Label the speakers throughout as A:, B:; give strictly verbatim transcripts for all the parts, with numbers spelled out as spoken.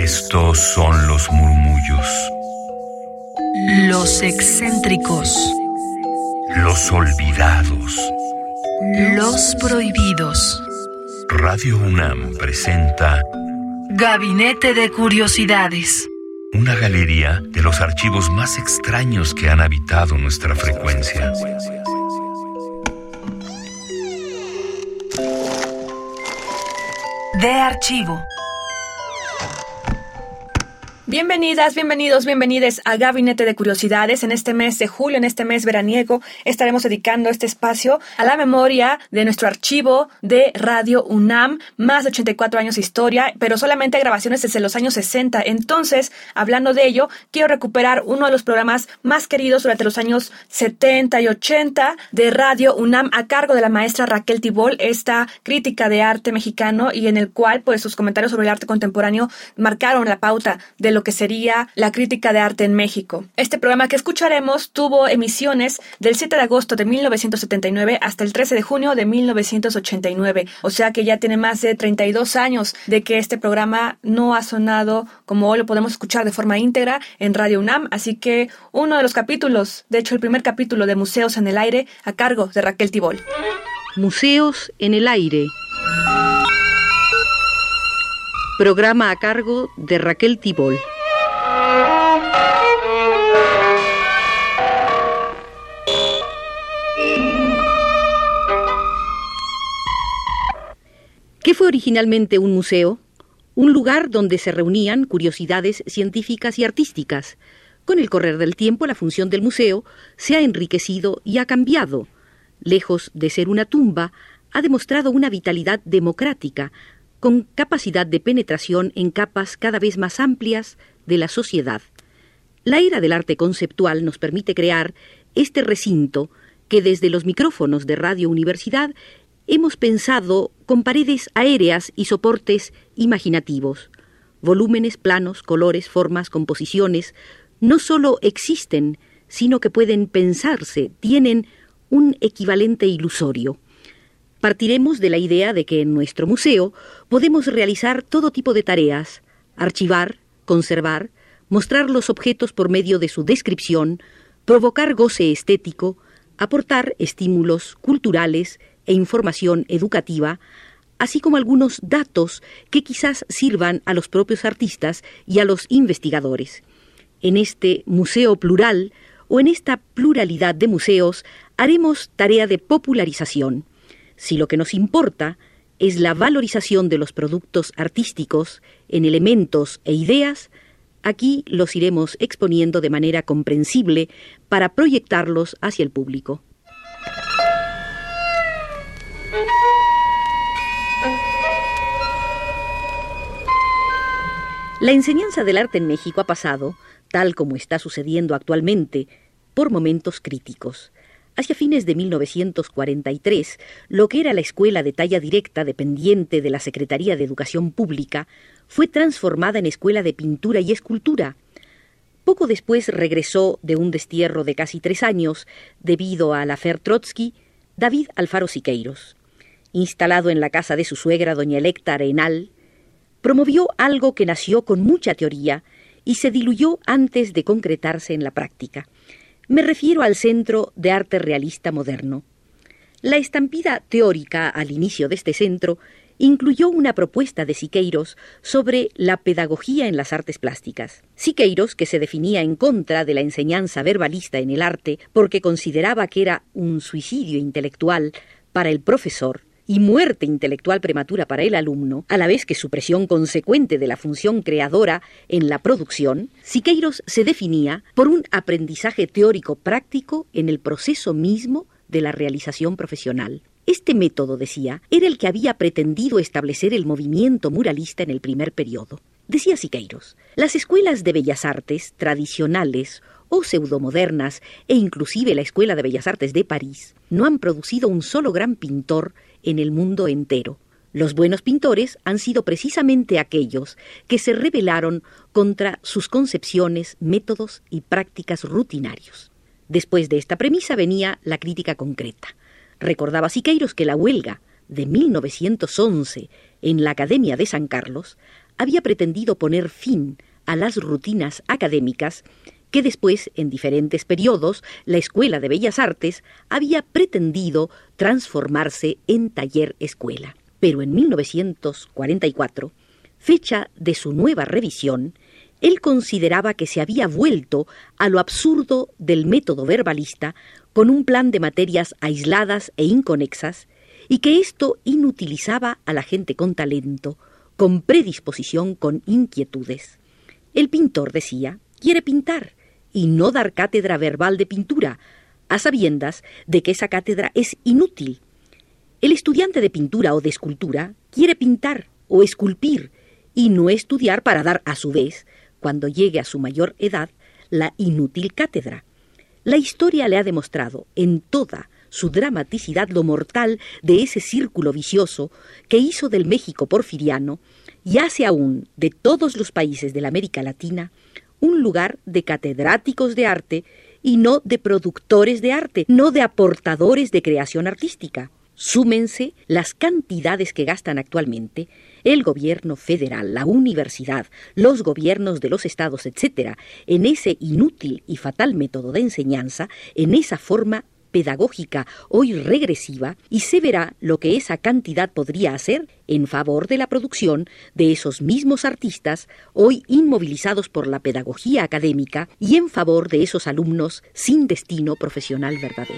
A: Estos son los murmullos.
B: Los excéntricos.
A: Los olvidados.
B: Los prohibidos.
A: Radio UNAM presenta
B: Gabinete de Curiosidades.
A: Una galería de los archivos más extraños que han habitado nuestra frecuencia.
B: De archivo.
C: Bienvenidas, bienvenidos, bienvenides a Gabinete de Curiosidades. En este mes de julio, en este mes veraniego, estaremos dedicando este espacio a la memoria de nuestro archivo de Radio UNAM, más de ochenta y cuatro años de historia, pero solamente grabaciones desde los años sesenta. Entonces, hablando de ello, quiero recuperar uno de los programas más queridos durante los años setenta y ochenta de Radio UNAM, a cargo de la maestra Raquel Tibol, esta crítica de arte mexicano, y en el cual, pues, sus comentarios sobre el arte contemporáneo marcaron la pauta de lo que sería la crítica de arte en México. Este programa que escucharemos tuvo emisiones del siete de agosto de mil novecientos setenta y nueve hasta el trece de junio de mil novecientos ochenta y nueve, o sea que ya tiene más de treinta y dos años de que este programa no ha sonado como hoy lo podemos escuchar de forma íntegra en Radio UNAM, así que uno de los capítulos, de hecho el primer capítulo de Museos en el Aire, a cargo de Raquel Tibol.
D: Museos en el Aire. Programa a cargo de Raquel Tibol. ¿Qué fue originalmente un museo? Un lugar donde se reunían curiosidades científicas y artísticas. Con el correr del tiempo, la función del museo se ha enriquecido y ha cambiado. Lejos de ser una tumba, ha demostrado una vitalidad democrática, con capacidad de penetración en capas cada vez más amplias de la sociedad. La era del arte conceptual nos permite crear este recinto que desde los micrófonos de Radio Universidad hemos pensado con paredes aéreas y soportes imaginativos. Volúmenes, planos, colores, formas, composiciones, no solo existen, sino que pueden pensarse, tienen un equivalente ilusorio. Partiremos de la idea de que en nuestro museo podemos realizar todo tipo de tareas, archivar, conservar, mostrar los objetos por medio de su descripción, provocar goce estético, aportar estímulos culturales e información educativa, así como algunos datos que quizás sirvan a los propios artistas y a los investigadores. En este museo plural o en esta pluralidad de museos haremos tarea de popularización. Si lo que nos importa es la valorización de los productos artísticos en elementos e ideas, aquí los iremos exponiendo de manera comprensible para proyectarlos hacia el público. La enseñanza del arte en México ha pasado, tal como está sucediendo actualmente, por momentos críticos. Hacia fines de mil novecientos cuarenta y tres, lo que era la escuela de talla directa dependiente de la Secretaría de Educación Pública fue transformada en escuela de pintura y escultura. Poco después regresó de un destierro de casi tres años, debido a la Fer Trotsky, David Alfaro Siqueiros. Instalado en la casa de su suegra, doña Electa Arenal, promovió algo que nació con mucha teoría y se diluyó antes de concretarse en la práctica. Me refiero al Centro de Arte Realista Moderno. La estampida teórica al inicio de este centro incluyó una propuesta de Siqueiros sobre la pedagogía en las artes plásticas. Siqueiros, que se definía en contra de la enseñanza verbalista en el arte porque consideraba que era un suicidio intelectual para el profesor y muerte intelectual prematura para el alumno, a la vez que supresión consecuente de la función creadora en la producción, Siqueiros se definía por un aprendizaje teórico práctico en el proceso mismo de la realización profesional. Este método, decía, era el que había pretendido establecer el movimiento muralista en el primer periodo. Decía Siqueiros, las escuelas de bellas artes tradicionales o pseudomodernas, e inclusive la Escuela de Bellas Artes de París, no han producido un solo gran pintor en el mundo entero. Los buenos pintores han sido precisamente aquellos que se rebelaron contra sus concepciones, métodos y prácticas rutinarios. Después de esta premisa venía la crítica concreta. Recordaba Siqueiros que la huelga de mil novecientos once en la Academia de San Carlos, había pretendido poner fin a las rutinas académicas que después, en diferentes periodos, la Escuela de Bellas Artes había pretendido transformarse en taller-escuela. Pero en mil novecientos cuarenta y cuatro, fecha de su nueva revisión, él consideraba que se había vuelto a lo absurdo del método verbalista con un plan de materias aisladas e inconexas, y que esto inutilizaba a la gente con talento, con predisposición, con inquietudes. El pintor, decía, quiere pintar y no dar cátedra verbal de pintura, a sabiendas de que esa cátedra es inútil. El estudiante de pintura o de escultura quiere pintar o esculpir y no estudiar para dar, a su vez, cuando llegue a su mayor edad, la inútil cátedra. La historia le ha demostrado en toda su dramaticidad lo mortal de ese círculo vicioso que hizo del México porfiriano y hace aún de todos los países de la América Latina un lugar de catedráticos de arte y no de productores de arte, no de aportadores de creación artística. Súmense las cantidades que gastan actualmente el gobierno federal, la universidad, los gobiernos de los estados, etcétera, en ese inútil y fatal método de enseñanza, en esa forma pedagógica hoy regresiva, y se verá lo que esa cantidad podría hacer en favor de la producción de esos mismos artistas hoy inmovilizados por la pedagogía académica y en favor de esos alumnos sin destino profesional verdadero.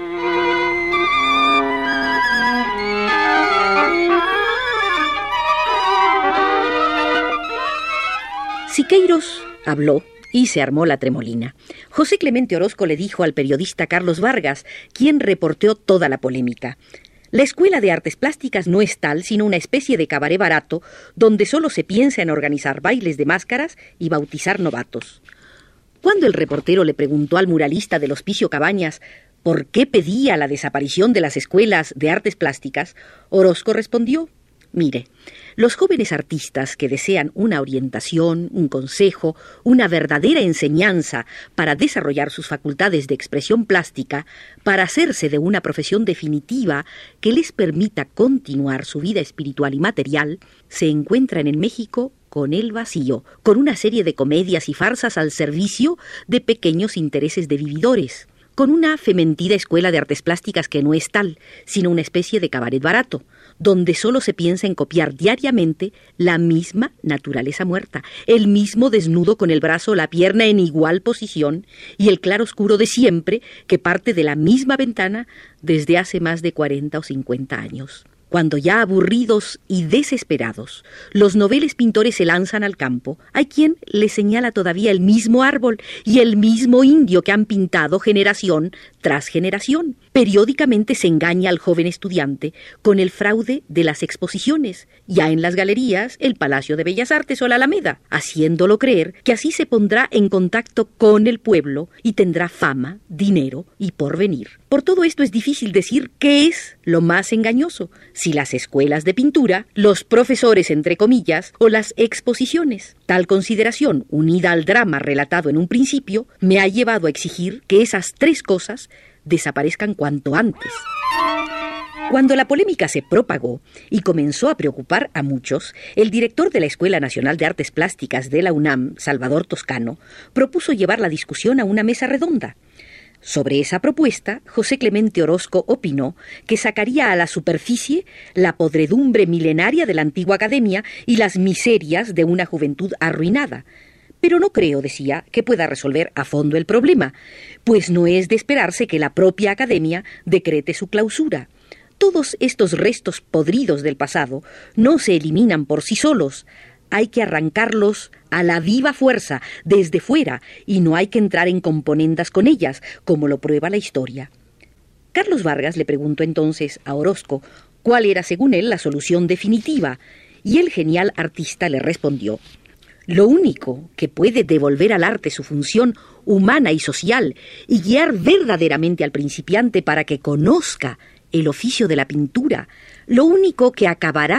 D: Siqueiros habló y se armó la tremolina. José Clemente Orozco le dijo al periodista Carlos Vargas, quien reporteó toda la polémica: la Escuela de Artes Plásticas no es tal sino una especie de cabaret barato donde solo se piensa en organizar bailes de máscaras y bautizar novatos. Cuando el reportero le preguntó al muralista del Hospicio Cabañas por qué pedía la desaparición de las escuelas de artes plásticas, Orozco respondió: mire, los jóvenes artistas que desean una orientación, un consejo, una verdadera enseñanza para desarrollar sus facultades de expresión plástica, para hacerse de una profesión definitiva que les permita continuar su vida espiritual y material, se encuentran en México con el vacío, con una serie de comedias y farsas al servicio de pequeños intereses de vividores, con una fementida escuela de artes plásticas que no es tal, sino una especie de cabaret barato, donde solo se piensa en copiar diariamente la misma naturaleza muerta, el mismo desnudo con el brazo o la pierna en igual posición y el claroscuro de siempre que parte de la misma ventana desde hace más de cuarenta o cincuenta años. Cuando ya aburridos y desesperados, los noveles pintores se lanzan al campo, hay quien les señala todavía el mismo árbol y el mismo indio que han pintado generación tras generación. Periódicamente se engaña al joven estudiante con el fraude de las exposiciones, ya en las galerías, el Palacio de Bellas Artes o la Alameda, haciéndolo creer que así se pondrá en contacto con el pueblo y tendrá fama, dinero y porvenir. Por todo esto es difícil decir qué es lo más engañoso, si las escuelas de pintura, los profesores entre comillas, o las exposiciones. Tal consideración, unida al drama relatado en un principio, me ha llevado a exigir que esas tres cosas desaparezcan cuanto antes. Cuando la polémica se propagó y comenzó a preocupar a muchos, el director de la Escuela Nacional de Artes Plásticas de la UNAM, Salvador Toscano, propuso llevar la discusión a una mesa redonda. Sobre esa propuesta, José Clemente Orozco opinó que sacaría a la superficie la podredumbre milenaria de la antigua academia y las miserias de una juventud arruinada. Pero no creo, decía, que pueda resolver a fondo el problema, pues no es de esperarse que la propia academia decrete su clausura. Todos estos restos podridos del pasado no se eliminan por sí solos. Hay que arrancarlos a la viva fuerza, desde fuera, y no hay que entrar en componendas con ellas, como lo prueba la historia. Carlos Vargas le preguntó entonces a Orozco cuál era, según él, la solución definitiva, y el genial artista le respondió: lo único que puede devolver al arte su función humana y social y guiar verdaderamente al principiante para que conozca el oficio de la pintura, lo único que acabará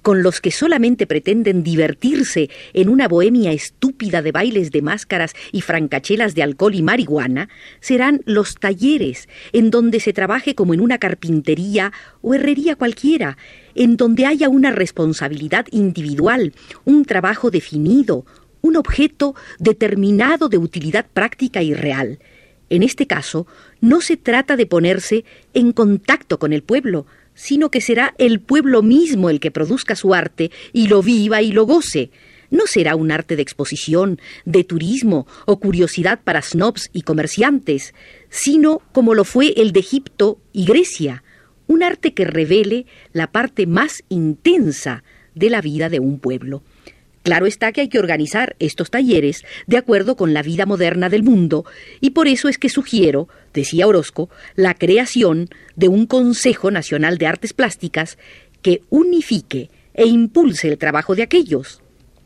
D: con los que solamente pretenden divertirse en una bohemia estúpida de bailes de máscaras y francachelas de alcohol y marihuana, serán los talleres, en donde se trabaje como en una carpintería o herrería cualquiera, en donde haya una responsabilidad individual, un trabajo definido, un objeto determinado de utilidad práctica y real. En este caso, no se trata de ponerse en contacto con el pueblo, sino que será el pueblo mismo el que produzca su arte y lo viva y lo goce. No será un arte de exposición, de turismo o curiosidad para snobs y comerciantes, sino como lo fue el de Egipto y Grecia, un arte que revele la parte más intensa de la vida de un pueblo. Claro está que hay que organizar estos talleres de acuerdo con la vida moderna del mundo, y por eso es que sugiero, decía Orozco, la creación de un Consejo Nacional de Artes Plásticas que unifique e impulse el trabajo de aquellos.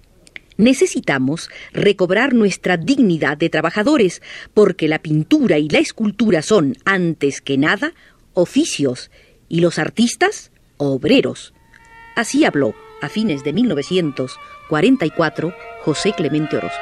D: Necesitamos recobrar nuestra dignidad de trabajadores, porque la pintura y la escultura son, antes que nada, oficios, y los artistas, obreros. Así habló, a fines de mil novecientos cuarenta y cuatro, José Clemente Orozco.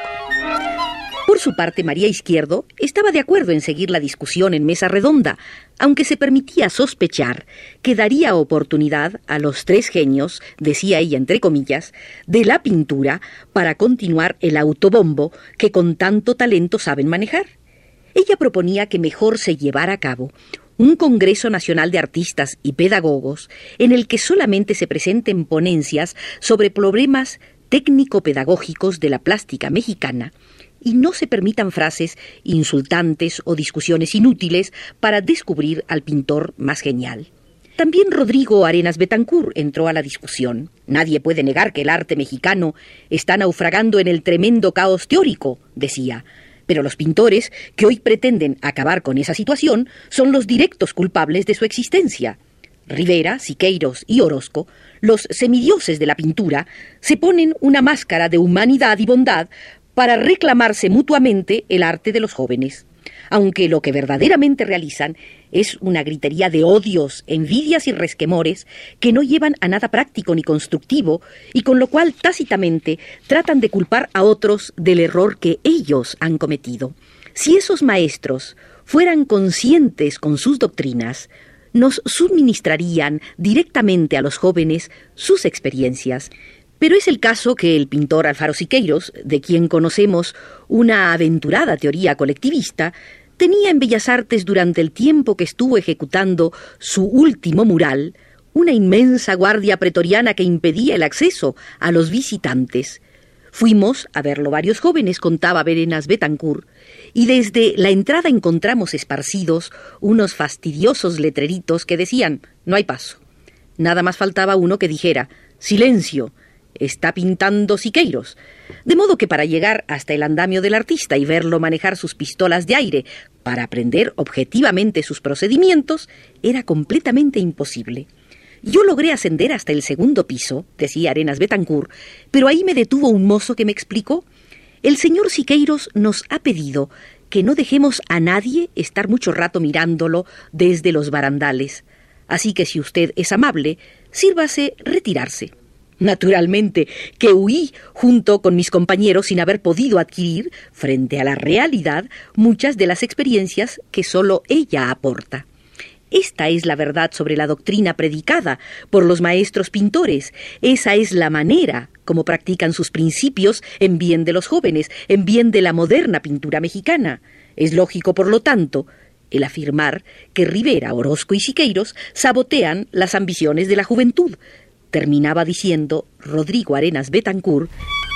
D: Por su parte, María Izquierdo estaba de acuerdo en seguir la discusión en mesa redonda, aunque se permitía sospechar que daría oportunidad a los tres genios, decía ella entre comillas, de la pintura para continuar el autobombo que con tanto talento saben manejar. Ella proponía que mejor se llevara a cabo un Congreso Nacional de Artistas y Pedagogos en el que solamente se presenten ponencias sobre problemas técnico-pedagógicos de la plástica mexicana y no se permitan frases insultantes o discusiones inútiles para descubrir al pintor más genial. También Rodrigo Arenas Betancourt entró a la discusión. Nadie puede negar que el arte mexicano está naufragando en el tremendo caos teórico, decía. Pero los pintores que hoy pretenden acabar con esa situación son los directos culpables de su existencia. Rivera, Siqueiros y Orozco, los semidioses de la pintura, se ponen una máscara de humanidad y bondad para reclamarse mutuamente el arte de los jóvenes, aunque lo que verdaderamente realizan es una gritería de odios, envidias y resquemores que no llevan a nada práctico ni constructivo y con lo cual tácitamente tratan de culpar a otros del error que ellos han cometido. Si esos maestros fueran conscientes con sus doctrinas, nos suministrarían directamente a los jóvenes sus experiencias. Pero es el caso que el pintor Alfaro Siqueiros, de quien conocemos una aventurada teoría colectivista, tenía en Bellas Artes durante el tiempo que estuvo ejecutando su último mural, una inmensa guardia pretoriana que impedía el acceso a los visitantes. Fuimos a verlo varios jóvenes, contaba Arenas Betancourt, y desde la entrada encontramos esparcidos unos fastidiosos letreritos que decían, no hay paso. Nada más faltaba uno que dijera, silencio, está pintando Siqueiros. De modo que para llegar hasta el andamio del artista y verlo manejar sus pistolas de aire para aprender objetivamente sus procedimientos, era completamente imposible. Yo logré ascender hasta el segundo piso, decía Arenas Betancourt, pero ahí me detuvo un mozo que me explicó. El señor Siqueiros nos ha pedido que no dejemos a nadie estar mucho rato mirándolo desde los barandales. Así que si usted es amable, sírvase retirarse. Naturalmente que huí junto con mis compañeros sin haber podido adquirir, frente a la realidad, muchas de las experiencias que solo ella aporta. Esta es la verdad sobre la doctrina predicada por los maestros pintores. Esa es la manera como practican sus principios en bien de los jóvenes, en bien de la moderna pintura mexicana. Es lógico, por lo tanto, el afirmar que Rivera, Orozco y Siqueiros sabotean las ambiciones de la juventud, terminaba diciendo Rodrigo Arenas Betancourt,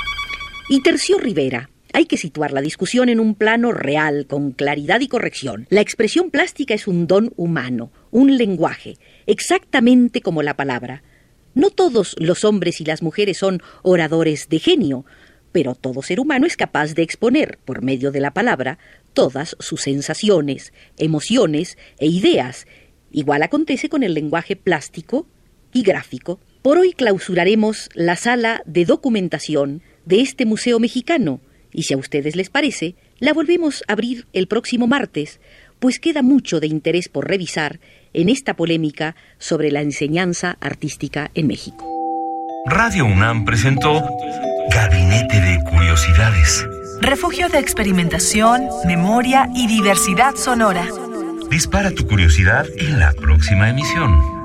D: y terció Rivera. Hay que situar la discusión en un plano real, con claridad y corrección. La expresión plástica es un don humano, un lenguaje, exactamente como la palabra. No todos los hombres y las mujeres son oradores de genio, pero todo ser humano es capaz de exponer, por medio de la palabra, todas sus sensaciones, emociones e ideas. Igual acontece con el lenguaje plástico y gráfico. Por hoy clausuraremos la sala de documentación de este Museo Mexicano, y si a ustedes les parece, la volvemos a abrir el próximo martes, pues queda mucho de interés por revisar en esta polémica sobre la enseñanza artística en México.
A: Radio UNAM presentó Gabinete de Curiosidades.
B: Refugio de experimentación, memoria y diversidad sonora.
A: Dispara tu curiosidad en la próxima emisión.